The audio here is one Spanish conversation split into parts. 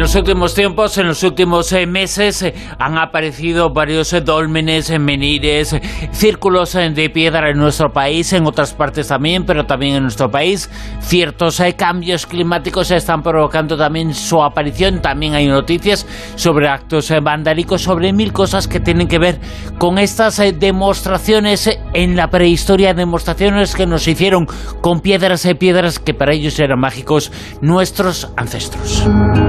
los últimos tiempos, en los últimos meses, han aparecido varios dólmenes, menires, círculos de piedra en nuestro país, en otras partes también, pero también en nuestro país. Ciertos cambios climáticos están provocando también su aparición. También hay noticias sobre actos vandálicos, sobre mil cosas que tienen que ver con estas demostraciones en la prehistoria, demostraciones que nos hicieron con piedras que para ellos eran mágicos nuestros ancestros.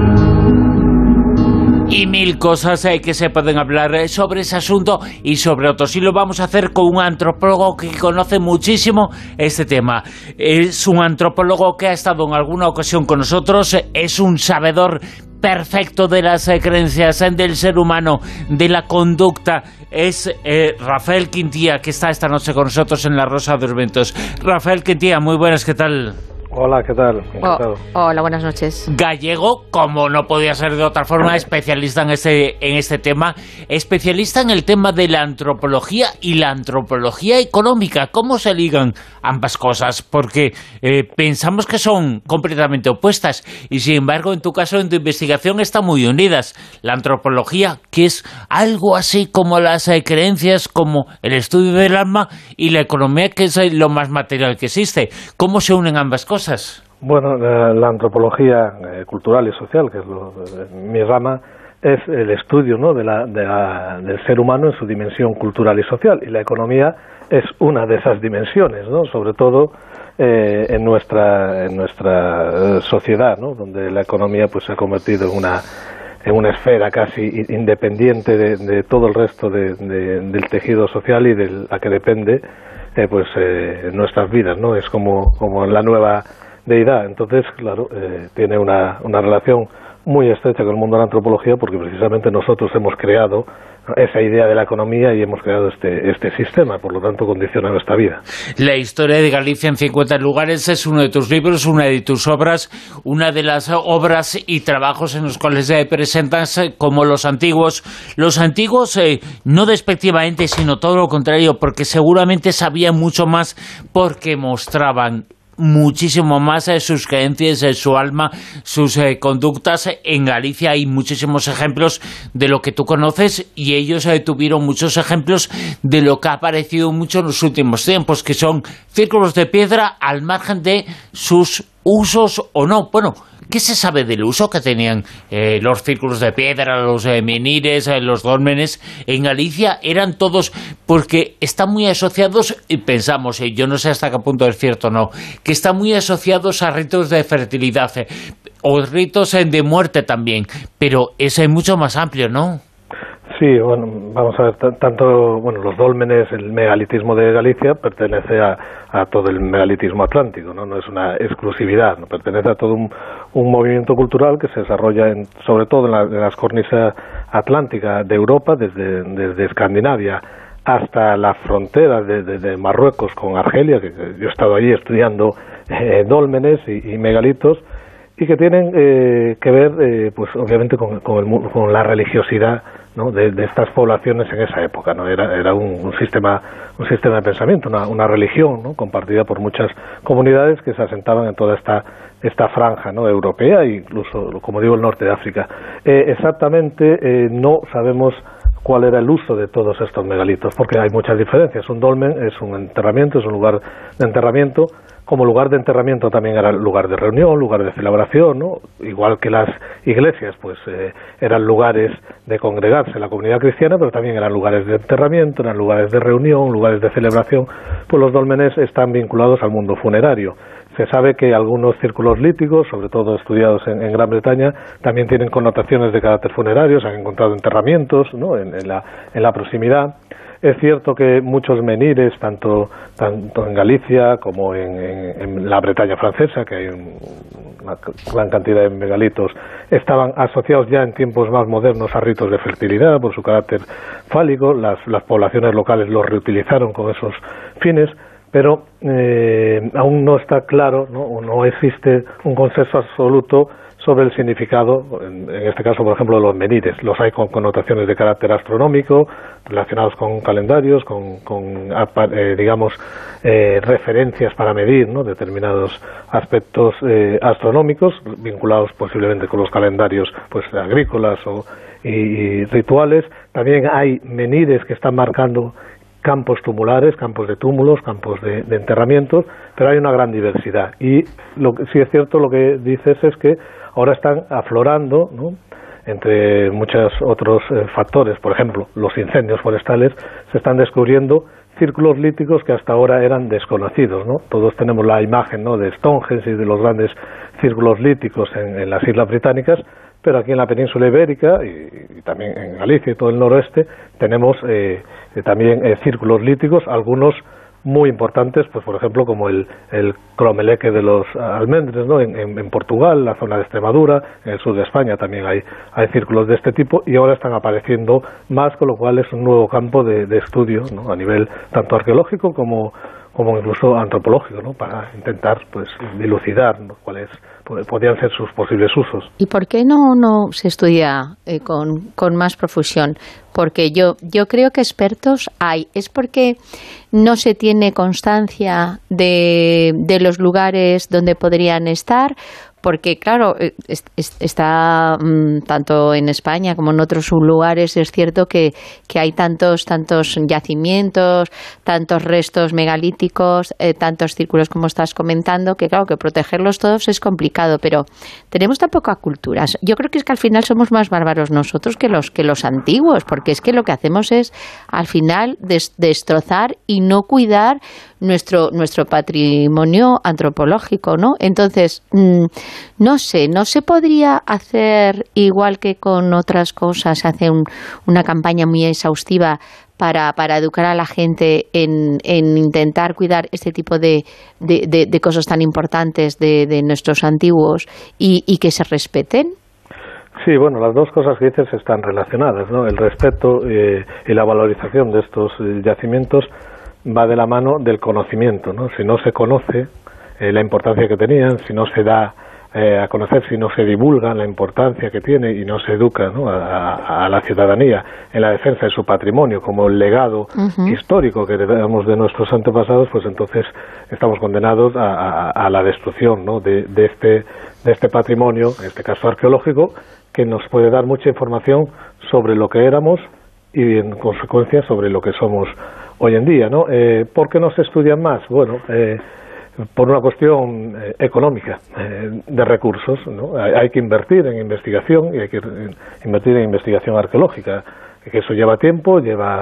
Y mil cosas que se pueden hablar sobre ese asunto y sobre otros. Y lo vamos a hacer con un antropólogo que conoce muchísimo este tema. Es un antropólogo que ha estado en alguna ocasión con nosotros, es un sabedor perfecto de las creencias del ser humano, de la conducta. Es Rafael Quintía, que está esta noche con nosotros en La Rosa de los Vientos. Rafael Quintía, muy buenas, ¿qué tal? Hola, ¿qué tal? Encantado. Hola, buenas noches. Gallego, como no podía ser de otra forma, especialista en este tema, especialista en el tema de la antropología y la antropología económica. ¿Cómo se ligan ambas cosas? Porque pensamos que son completamente opuestas y, sin embargo, en tu caso, en tu investigación, están muy unidas. La antropología, que es algo así como las creencias, como el estudio del alma, y la economía, que es lo más material que existe. ¿Cómo se unen ambas cosas? Bueno, la antropología cultural y social, que es mi rama, es el estudio, ¿no?, del ser humano en su dimensión cultural y social, y la economía es una de esas dimensiones, ¿no?, sobre todo en nuestra sociedad, ¿no?, donde la economía pues se ha convertido en una esfera casi independiente de todo el resto del tejido social y de la que depende nuestras vidas, ¿no? Es como la nueva deidad. Entonces, claro, tiene una relación muy estrecha con el mundo de la antropología, porque precisamente nosotros hemos creado esa idea de la economía y hemos creado este sistema, por lo tanto condiciona nuestra vida. La historia de Galicia en 50 lugares es uno de tus libros, una de tus obras, una de las obras y trabajos en los cuales presentas como los antiguos, no despectivamente, sino todo lo contrario, porque seguramente sabían mucho más, porque mostraban muchísimo más sus creencias, su alma, sus conductas. En Galicia hay muchísimos ejemplos de lo que tú conoces, y ellos tuvieron muchos ejemplos de lo que ha aparecido mucho en los últimos tiempos, que son círculos de piedra al margen de sus usos o no. Bueno, ¿qué se sabe del uso que tenían los círculos de piedra, los menires, los dólmenes? En Galicia eran todos, porque están muy asociados, y pensamos, yo no sé hasta qué punto es cierto o no, que están muy asociados a ritos de fertilidad o ritos de muerte también, pero eso es mucho más amplio, ¿no? Sí, bueno, vamos a ver, los dólmenes, el megalitismo de Galicia pertenece a todo el megalitismo atlántico, no es una exclusividad, ¿no? Pertenece a todo un movimiento cultural que se desarrolla sobre todo en las cornisas atlánticas de Europa, desde Escandinavia hasta la frontera de Marruecos con Argelia, que yo he estado allí estudiando dólmenes y megalitos, y que tienen que ver, pues obviamente con la religiosidad, ¿no?, de estas poblaciones en esa época, ¿no? Era un sistema de pensamiento, una religión, ¿no?, compartida por muchas comunidades que se asentaban en toda esta franja, ¿no?, europea e incluso, como digo, el norte de África. Exactamente no sabemos cuál era el uso de todos estos megalitos, porque hay muchas diferencias. Un dolmen es un enterramiento, es un lugar de enterramiento. Como lugar de enterramiento también era lugar de reunión, lugar de celebración, ¿no? Igual que las iglesias, pues eran lugares de congregarse la comunidad cristiana, pero también eran lugares de enterramiento, eran lugares de reunión, lugares de celebración. Pues los dólmenes están vinculados al mundo funerario. Se sabe que algunos círculos líticos, sobre todo estudiados en Gran Bretaña, también tienen connotaciones de carácter funerario. Se han encontrado enterramientos, ¿no?, en la proximidad. Es cierto que muchos menires, tanto en Galicia como en la Bretaña francesa, que hay una gran cantidad de megalitos, estaban asociados ya en tiempos más modernos a ritos de fertilidad por su carácter fálico. Las poblaciones locales los reutilizaron con esos fines, pero aún no está claro, ¿no? O no existe un consenso absoluto sobre el significado, en este caso, por ejemplo, de los menires. Los hay con connotaciones de carácter astronómico, relacionados con calendarios, digamos, referencias para medir, ¿no?, determinados aspectos astronómicos, vinculados posiblemente con los calendarios pues agrícolas y rituales. También hay menires que están marcando campos tumulares, campos de túmulos, campos de enterramientos, pero hay una gran diversidad. Y sí es cierto, lo que dices es que ahora están aflorando, ¿no?, entre muchos otros factores, por ejemplo, los incendios forestales, se están descubriendo círculos líticos que hasta ahora eran desconocidos, ¿no? Todos tenemos la imagen, ¿no?, de Stonehenge y de los grandes círculos líticos en las Islas Británicas, pero aquí en la península ibérica y también en Galicia y todo el noroeste tenemos también círculos líticos, algunos muy importantes, pues por ejemplo como el Cromeleque de los Almendres, ¿no?, en Portugal, la zona de Extremadura, en el sur de España también hay círculos de este tipo, y ahora están apareciendo más, con lo cual es un nuevo campo de estudio, ¿no?, a nivel tanto arqueológico como incluso antropológico, ¿no?, para intentar pues dilucidar, ¿no?, cuáles podrían ser sus posibles usos. ¿Y por qué no se estudia con más profusión? Porque yo creo que expertos hay. ¿Es porque no se tiene constancia de los lugares donde podrían estar? Porque, claro, está tanto en España como en otros lugares, es cierto que hay tantos yacimientos, tantos restos megalíticos, tantos círculos como estás comentando, que claro, que protegerlos todos es complicado, pero tenemos tan poca cultura. Yo creo que es que al final somos más bárbaros nosotros que los antiguos, porque es que lo que hacemos es, al final, destrozar y no cuidar nuestro patrimonio antropológico, ¿no? Entonces, no se podría hacer igual que con otras cosas, hace una campaña muy exhaustiva para educar a la gente en intentar cuidar este tipo de cosas tan importantes de nuestros antiguos y que se respeten. Sí, bueno, las dos cosas que dices están relacionadas, ¿no? El respeto y la valorización de estos yacimientos va de la mano del conocimiento, ¿no? Si no se conoce la importancia que tenían, si no se da a conocer, si no se divulga la importancia que tiene y no se educa, ¿no?, a la ciudadanía en la defensa de su patrimonio como el legado histórico que heredamos de nuestros antepasados, pues entonces estamos condenados a la destrucción, ¿no?, de este patrimonio, en este caso arqueológico, que nos puede dar mucha información sobre lo que éramos y en consecuencia sobre lo que somos hoy en día, ¿no? ¿Por qué no se estudian más? Bueno, por una cuestión económica, de recursos, ¿no? Hay que invertir en investigación y hay que invertir en investigación arqueológica, que eso lleva tiempo,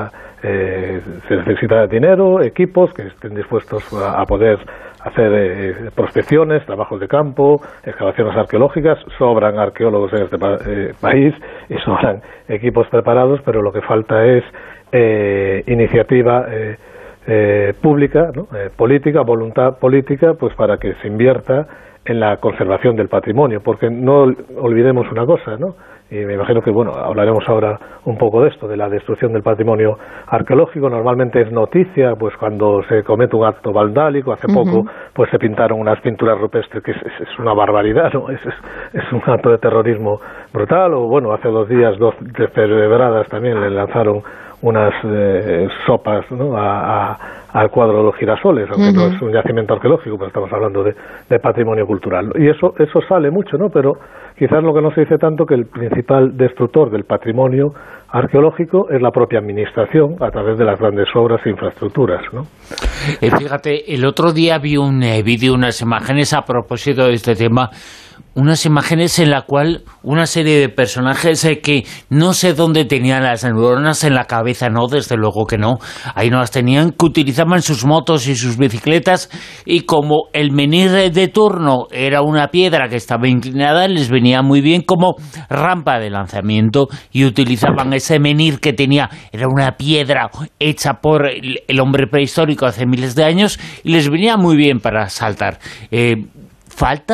se necesita dinero, equipos que estén dispuestos a poder hacer prospecciones, trabajos de campo, excavaciones arqueológicas. Sobran arqueólogos en este país y sobran equipos preparados, pero lo que falta es iniciativa pública, ¿no?, política, voluntad política, pues para que se invierta en la conservación del patrimonio, porque no olvidemos una cosa, ¿no?, y me imagino que, bueno, hablaremos ahora un poco de esto, de la destrucción del patrimonio arqueológico. Normalmente es noticia, pues cuando se comete un acto vandálico. Hace poco, pues se pintaron unas pinturas rupestres, que es una barbaridad, ¿no? Es un acto de terrorismo brutal. O, bueno, hace 2 días, 2 descerebradas también le lanzaron unas sopas, ¿no?, al cuadro de los girasoles, aunque no es un yacimiento arqueológico, pero estamos hablando de patrimonio cultural. Y eso sale mucho, ¿no? Pero quizás lo que no se dice tanto, que el principal destructor del patrimonio arqueológico es la propia administración a través de las grandes obras e infraestructuras, ¿no? Fíjate, el otro día vi un vídeo, unas imágenes a propósito de este tema, unas imágenes en la cual una serie de personajes que no sé dónde tenían las neuronas en la cabeza, no, desde luego que no, ahí no las tenían, que utilizaban sus motos y sus bicicletas, y como el menhir de turno era una piedra que estaba inclinada, les venía muy bien como rampa de lanzamiento, y utilizaban ese menhir que tenía, era una piedra hecha por el hombre prehistórico hace miles de años, y les venía muy bien para saltar. Falta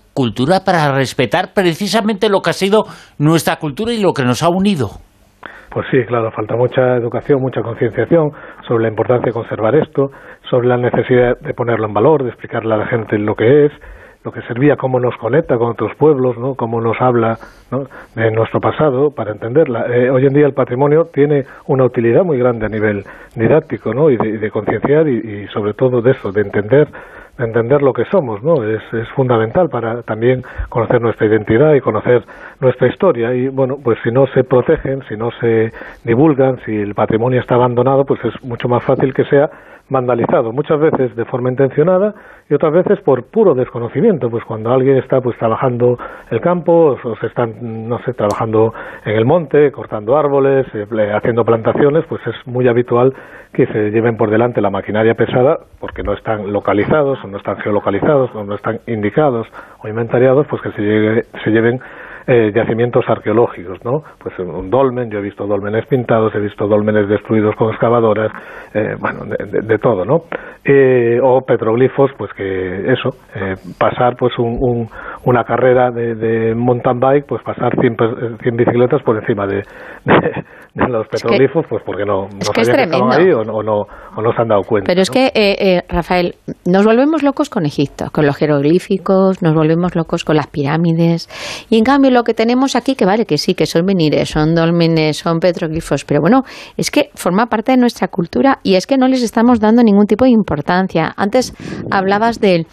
cultura para respetar precisamente lo que ha sido nuestra cultura y lo que nos ha unido. Pues sí, claro, falta mucha educación, mucha concienciación sobre la importancia de conservar esto, sobre la necesidad de ponerlo en valor, de explicarle a la gente lo que es, lo que servía, cómo nos conecta con otros pueblos, ¿no? Cómo nos habla, ¿no?, de nuestro pasado, para entenderla. Hoy en día el patrimonio tiene una utilidad muy grande a nivel didáctico, ¿no?, y de concienciar y sobre todo de eso, de entender lo que somos, ¿no? Es fundamental para también conocer nuestra identidad y conocer nuestra historia. Y bueno, pues si no se protegen, si no se divulgan, si el patrimonio está abandonado, pues es mucho más fácil que sea vandalizado, muchas veces de forma intencionada y otras veces por puro desconocimiento. Pues cuando alguien está pues trabajando el campo o se están, no sé, trabajando en el monte, cortando árboles, haciendo plantaciones, pues es muy habitual que se lleven por delante la maquinaria pesada porque no están localizados o no están geolocalizados o no están indicados o inventariados, pues que se lleven yacimientos arqueológicos, ¿no? Pues un dolmen, yo he visto dólmenes pintados, he visto dólmenes destruidos con excavadoras, bueno, de todo, ¿no? O petroglifos, pues que eso, pasar pues una carrera de mountain bike, pues pasar 100 bicicletas por encima de los petroglifos, pues porque no sabían que estaban ahí o no se han dado cuenta. Pero es que, Rafael, nos volvemos locos con Egipto, con los jeroglíficos, nos volvemos locos con las pirámides, y en cambio lo que tenemos aquí, que vale, que sí, que son menires, son dólmenes, son petroglifos, pero bueno, es que forma parte de nuestra cultura y es que no les estamos dando ningún tipo de importancia. Antes hablabas del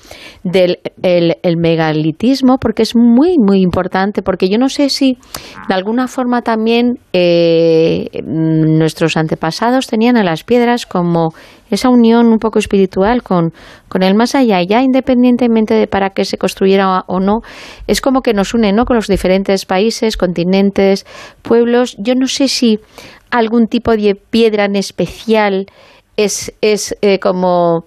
megalitismo, porque es muy, muy importante, porque yo no sé si de alguna forma también nuestros antepasados tenían a las piedras como esa unión un poco espiritual con el más allá, ya independientemente de para qué se construyera o no, es como que nos une, ¿no?, con los diferentes países, continentes, pueblos. Yo no sé si algún tipo de piedra en especial es como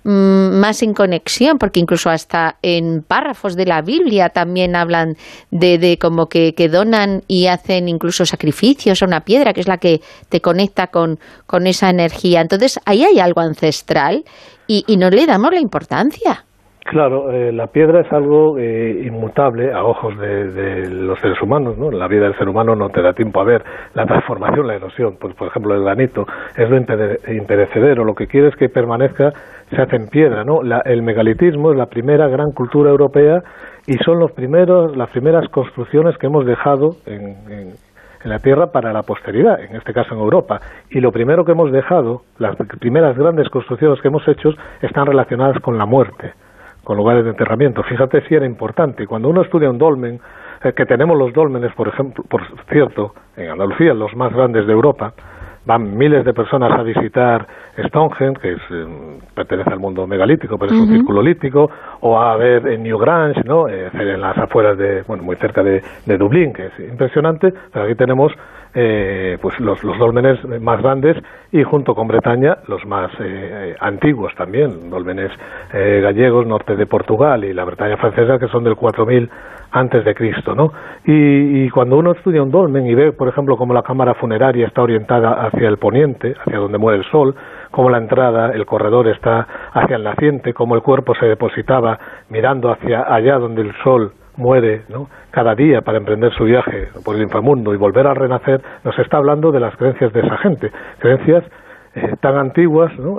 más en conexión, porque incluso hasta en párrafos de la Biblia también hablan de como que donan y hacen incluso sacrificios a una piedra, que es la que te conecta con esa energía. Entonces ahí hay algo ancestral y no le damos la importancia. Claro, la piedra es algo inmutable a ojos de los seres humanos, ¿no? La vida del ser humano no te da tiempo a ver la transformación, la erosión. Pues, por ejemplo, el granito es lo imperecedero, lo que quiere es que permanezca, se hace en piedra, ¿no? El megalitismo es la primera gran cultura europea y son las primeras construcciones que hemos dejado en la tierra para la posteridad, en este caso en Europa. Y lo primero que hemos dejado, las primeras grandes construcciones que hemos hecho, están relacionadas con la muerte, con lugares de enterramiento. Fíjate si era importante. Cuando uno estudia un dolmen, que tenemos los dólmenes, por ejemplo, por cierto, en Andalucía, los más grandes de Europa, van miles de personas a visitar Stonehenge, que pertenece al mundo megalítico, pero es un círculo lítico, o a ver en Newgrange, ¿no?, en las afueras muy cerca de Dublín, que es impresionante. Pero aquí tenemos pues los dólmenes más grandes y junto con Bretaña los más antiguos también, dólmenes gallegos, norte de Portugal, y la Bretaña francesa, que son del 4000 antes de Cristo, ¿no? Y cuando uno estudia un dolmen y ve, por ejemplo, cómo la cámara funeraria está orientada hacia el poniente, hacia donde muere el sol, cómo la entrada, el corredor está hacia el naciente, cómo el cuerpo se depositaba mirando hacia allá donde el sol muere, ¿no?, cada día para emprender su viaje por el inframundo y volver a renacer, nos está hablando de las creencias de esa gente, creencias tan antiguas, ¿no?,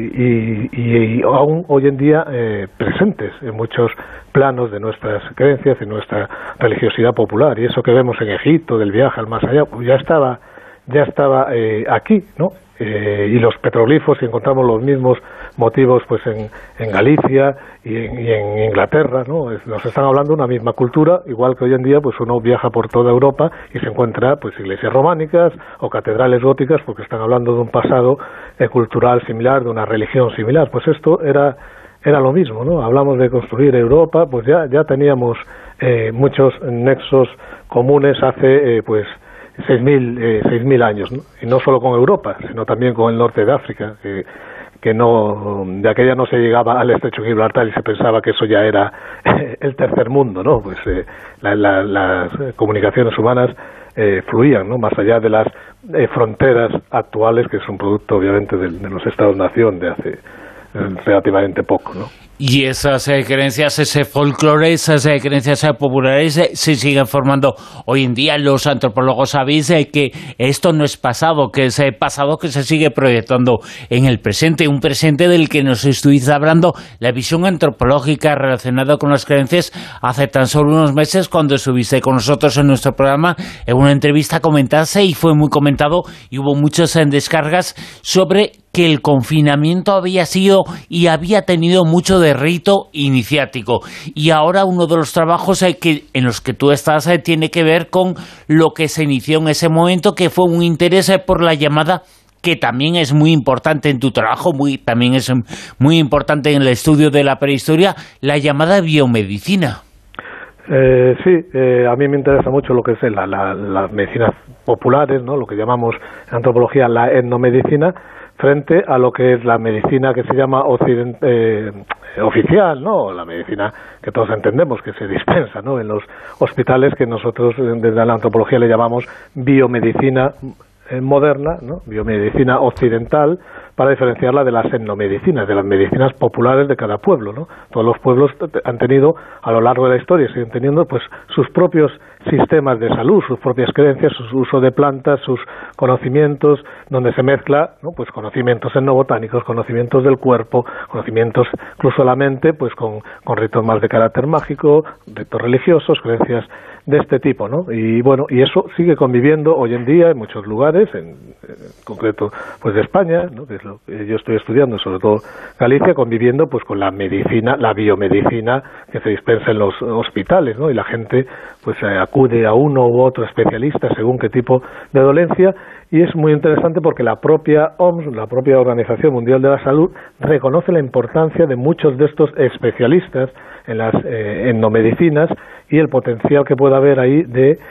y aún hoy en día presentes en muchos planos de nuestras creencias y nuestra religiosidad popular. Y eso que vemos en Egipto, del viaje al más allá, pues ya estaba aquí, ¿no? Y los petroglifos, y encontramos los mismos motivos pues en Galicia y en Inglaterra, ¿no? Nos están hablando de una misma cultura, igual que hoy en día pues uno viaja por toda Europa y se encuentra pues iglesias románicas o catedrales góticas, porque están hablando de un pasado cultural similar, de una religión similar. Pues esto era lo mismo, ¿no? Hablamos de construir Europa, pues ya teníamos muchos nexos comunes hace pues 6.000 años, ¿no? Y no solo con Europa, sino también con el norte de África, que no, de aquella no se llegaba al estrecho de Gibraltar y se pensaba que eso ya era el tercer mundo, ¿no? Pues las comunicaciones humanas fluían, ¿no?, más allá de las fronteras actuales, que son producto obviamente de los estados-nación de hace relativamente poco, ¿no? Y esas creencias, ese folclore, esas creencias populares se siguen formando hoy en día. Los antropólogos sabéis que esto no es pasado, que es pasado que se sigue proyectando en el presente. Un presente del que nos estuviste hablando, la visión antropológica relacionada con las creencias, hace tan solo unos meses cuando estuviste con nosotros en nuestro programa. En una entrevista comentaste, y fue muy comentado, y hubo muchas descargas sobre que el confinamiento había sido y había tenido mucho de rito iniciático. Y ahora uno de los trabajos en los que tú estás tiene que ver con lo que se inició en ese momento, que fue un interés por la llamada, que también es muy importante en tu trabajo, también es muy importante en el estudio de la prehistoria, la llamada biomedicina. Sí, a mí me interesa mucho lo que es las medicinas populares, ¿no? Lo que llamamos en antropología la etnomedicina, frente a lo que es la medicina que se llama oficial, ¿no? La medicina que todos entendemos, que se dispensa, ¿no? En los hospitales, que nosotros desde la antropología le llamamos biomedicina moderna, ¿no? Biomedicina occidental, para diferenciarla de las etnomedicinas, de las medicinas populares de cada pueblo, ¿no? Todos los pueblos han tenido a lo largo de la historia, siguen teniendo pues sus propios sistemas de salud, sus propias creencias, su uso de plantas, sus conocimientos, donde se mezcla, ¿no? Pues conocimientos etnobotánicos, conocimientos del cuerpo, conocimientos incluso de la mente, pues con ritos más de carácter mágico, ritos religiosos, creencias de este tipo, ¿no? Y bueno, y eso sigue conviviendo hoy en día en muchos lugares, en concreto pues de España, ¿no? Que es lo que yo estoy estudiando, sobre todo Galicia, conviviendo pues con la medicina, la biomedicina que se dispensa en los hospitales, ¿no? Y la gente pues acude a uno u otro especialista según qué tipo de dolencia. Y es muy interesante porque la propia OMS, la propia Organización Mundial de la Salud, reconoce la importancia de muchos de estos especialistas en las etnomedicinas y el potencial que puede haber ahí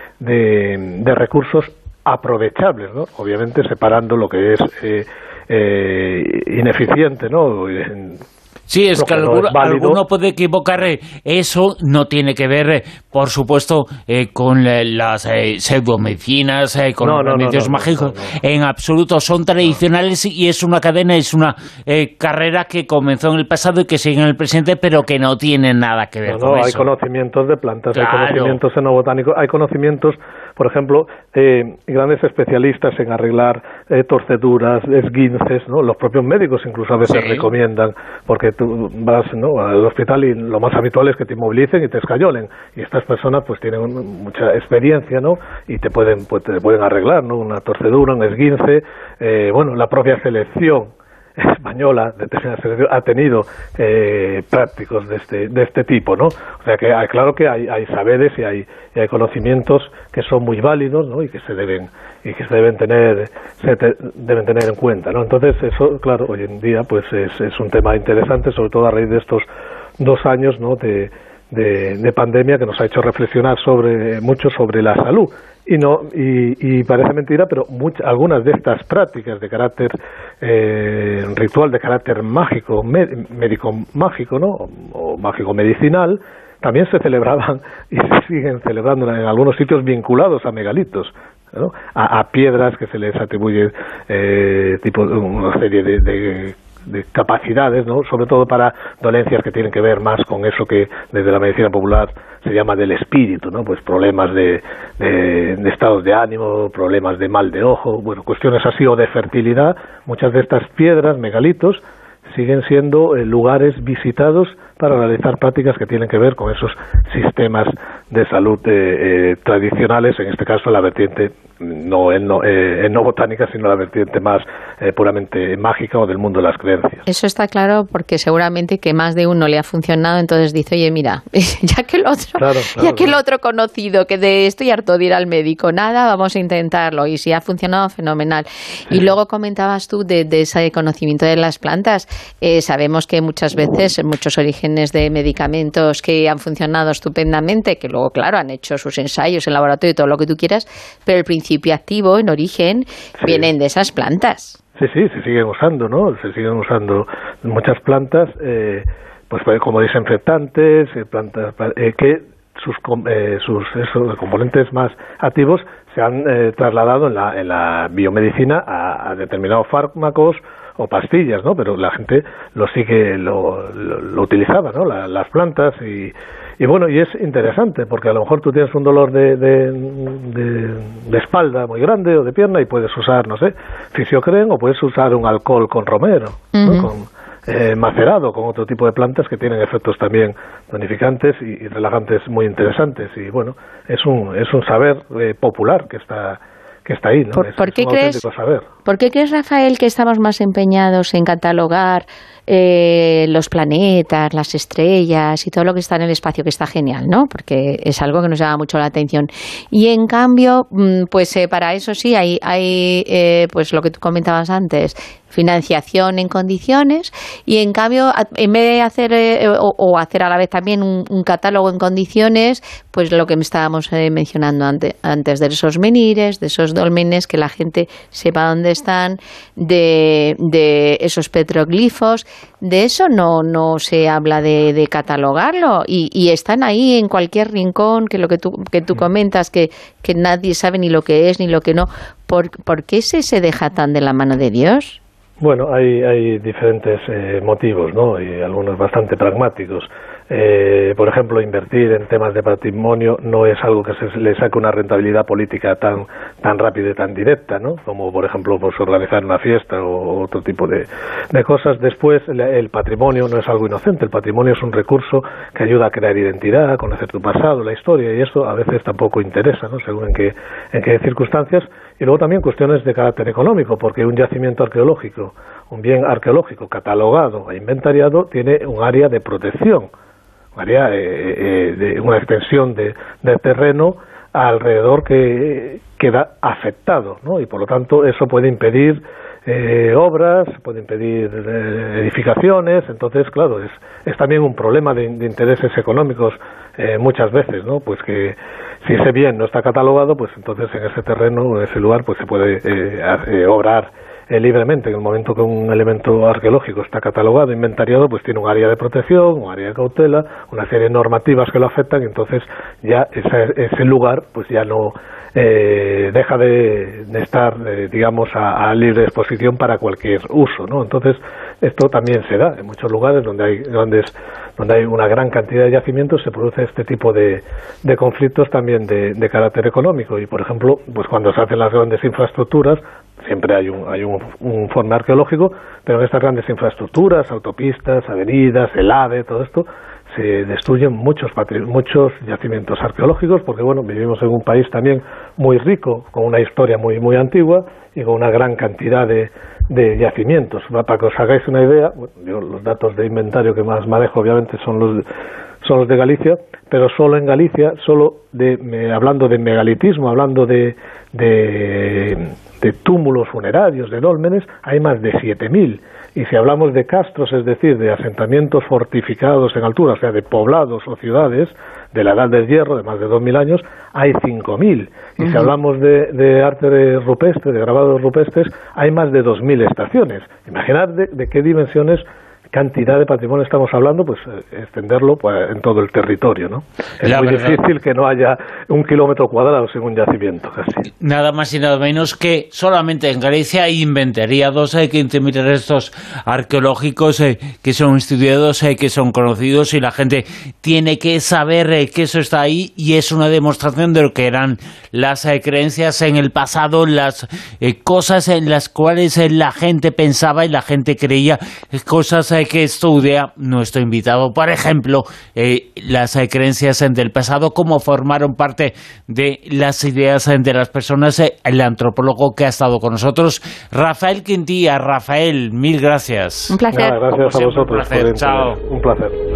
de recursos aprovechables, ¿no? Obviamente separando lo que es ineficiente, ¿no? Sí, es que alguno puede equivocar. Eso no tiene que ver, por supuesto, con las pseudomedicinas, con los remedios mágicos. No. En absoluto, son tradicionales y es una cadena, es una carrera que comenzó en el pasado y que sigue en el presente, pero que no tiene nada que ver con eso. Hay conocimientos de plantas, claro. Hay conocimientos etnobotánicos, hay conocimientos, por ejemplo, grandes especialistas en arreglar torceduras, esguinces, ¿no? Los propios médicos incluso a veces recomiendan, porque tú vas, ¿no?, al hospital y lo más habitual es que te inmovilicen y te escayolen, y estas personas pues tienen mucha experiencia, ¿no?, y te pueden arreglar, ¿no?, una torcedura, un esguince. Bueno, la propia selección española ha tenido prácticos de este tipo, ¿no? O sea que claro que hay saberes y hay conocimientos que son muy válidos, ¿no? y que se deben tener en cuenta, ¿no? Entonces eso, claro, hoy en día pues es un tema interesante, sobre todo a raíz de estos 2 años, ¿no?, de pandemia, que nos ha hecho reflexionar mucho sobre la salud. Y parece mentira, pero algunas de estas prácticas de carácter ritual, de carácter mágico, médico-mágico, ¿no?, o mágico-medicinal, también se celebraban y se siguen celebrando en algunos sitios vinculados a megalitos, ¿no?, a piedras que se les atribuye tipo una serie de capacidades, ¿no?, sobre todo para dolencias que tienen que ver más con eso que desde la medicina popular se llama del espíritu, ¿no?, pues problemas de estados de ánimo, problemas de mal de ojo, bueno, cuestiones así, o de fertilidad. Muchas de estas piedras, megalitos, siguen siendo lugares visitados para realizar prácticas que tienen que ver con esos sistemas de salud tradicionales, en este caso la vertiente no botánica, sino la vertiente más puramente mágica o del mundo de las creencias. Eso está claro, porque seguramente que más de uno le ha funcionado, entonces dice, oye, mira, ya que el otro conocido, que de estoy harto de ir al médico, nada, vamos a intentarlo, y si ha funcionado, fenomenal. Y luego comentabas tú de ese conocimiento de las plantas. Sabemos que muchas veces, muchos orígenes de medicamentos que han funcionado estupendamente, que luego, claro, han hecho sus ensayos en laboratorio y todo lo que tú quieras, pero el principio activo, en origen, vienen de esas plantas. Sí, se siguen usando, ¿no? Se siguen usando muchas plantas, pues como desinfectantes, plantas que sus componentes más activos se han trasladado en la biomedicina a determinados fármacos o pastillas, ¿no? Pero la gente lo utilizaba, ¿no? Las plantas y bueno, y es interesante porque a lo mejor tú tienes un dolor de espalda muy grande o de pierna y puedes usar, no sé, Fisiocren, o puedes usar un alcohol con romero, ¿no? Con macerado, con otro tipo de plantas que tienen efectos también tonificantes y relajantes muy interesantes. Y bueno, es un saber popular que está ahí, ¿no? ¿Por qué crees, Rafael, que estamos más empeñados en catalogar los planetas, las estrellas y todo lo que está en el espacio, que está genial, ¿no? Porque es algo que nos llama mucho la atención. Y en cambio, pues para eso sí hay pues lo que tú comentabas antes, financiación en condiciones, y en cambio, en vez de hacer o hacer a la vez también un catálogo en condiciones, pues lo que estábamos mencionando antes de esos menires, de esos dólmenes, que la gente sepa dónde están, de esos petroglifos, de eso no se habla de catalogarlo, y están ahí en cualquier rincón, que lo que tú comentas, que nadie sabe ni lo que es ni lo que no. ¿Por qué se deja tan de la mano de Dios? Bueno, hay diferentes motivos, ¿no? Y algunos bastante pragmáticos. Por ejemplo, invertir en temas de patrimonio no es algo que se le saque una rentabilidad política tan rápida y tan directa, ¿no? Como, por ejemplo, pues organizar una fiesta o otro tipo de cosas. Después, el patrimonio no es algo inocente. El patrimonio es un recurso que ayuda a crear identidad, a conocer tu pasado, la historia, y eso a veces tampoco interesa, ¿no? Según en qué circunstancias. Y luego también cuestiones de carácter económico, porque un yacimiento arqueológico, un bien arqueológico catalogado e inventariado, tiene un área de protección, un área de una extensión de terreno alrededor que queda afectado, ¿no? Y por lo tanto eso puede impedir obras, puede impedir edificaciones. Entonces, claro, es también un problema de intereses económicos muchas veces, ¿no? Pues que si ese bien no está catalogado, pues entonces en ese terreno, en ese lugar, pues se puede obrar libremente. En el momento que un elemento arqueológico está catalogado, inventariado, pues tiene un área de protección, un área de cautela, una serie de normativas que lo afectan, y entonces ya ese lugar pues ya no deja de estar, digamos, a libre exposición para cualquier uso, ¿no? Entonces esto también se da en muchos lugares donde hay una gran cantidad de yacimientos. Se produce este tipo de conflictos también de carácter económico. Y por ejemplo, pues cuando se hacen las grandes infraestructuras, siempre hay un informe arqueológico, pero en estas grandes infraestructuras, autopistas, avenidas, el AVE, todo esto, se destruyen muchos yacimientos arqueológicos, porque bueno, vivimos en un país también muy rico, con una historia muy muy antigua y con una gran cantidad de yacimientos. Para que os hagáis una idea, bueno, yo los datos de inventario que más manejo obviamente son los de Galicia, pero solo en Galicia, hablando de megalitismo, hablando de túmulos funerarios, de dólmenes, hay más de 7.000. Y si hablamos de castros, es decir, de asentamientos fortificados en altura, o sea, de poblados o ciudades de la Edad del Hierro, de más de 2.000 años, hay 5.000. Y si hablamos de arte rupestre, de grabados rupestres, hay más de 2.000 estaciones. Imaginad de qué dimensiones, cantidad de patrimonio estamos hablando, pues extenderlo pues, en todo el territorio, ¿no? Es muy difícil que no haya 1 kilómetro cuadrado sin un yacimiento, casi. Nada más y nada menos que solamente en Galicia hay inventariados, hay 15.000 restos arqueológicos que son estudiados, que son conocidos, y la gente tiene que saber que eso está ahí, y es una demostración de lo que eran las creencias en el pasado, las cosas en las cuales la gente pensaba y la gente creía, cosas que estudia nuestro invitado. Por ejemplo, las creencias del pasado, cómo formaron parte de las ideas de las personas. El antropólogo que ha estado con nosotros, Rafael Quintilla. Rafael, mil gracias. Un placer. Gracias a vosotros. Un placer. Chao. Un placer.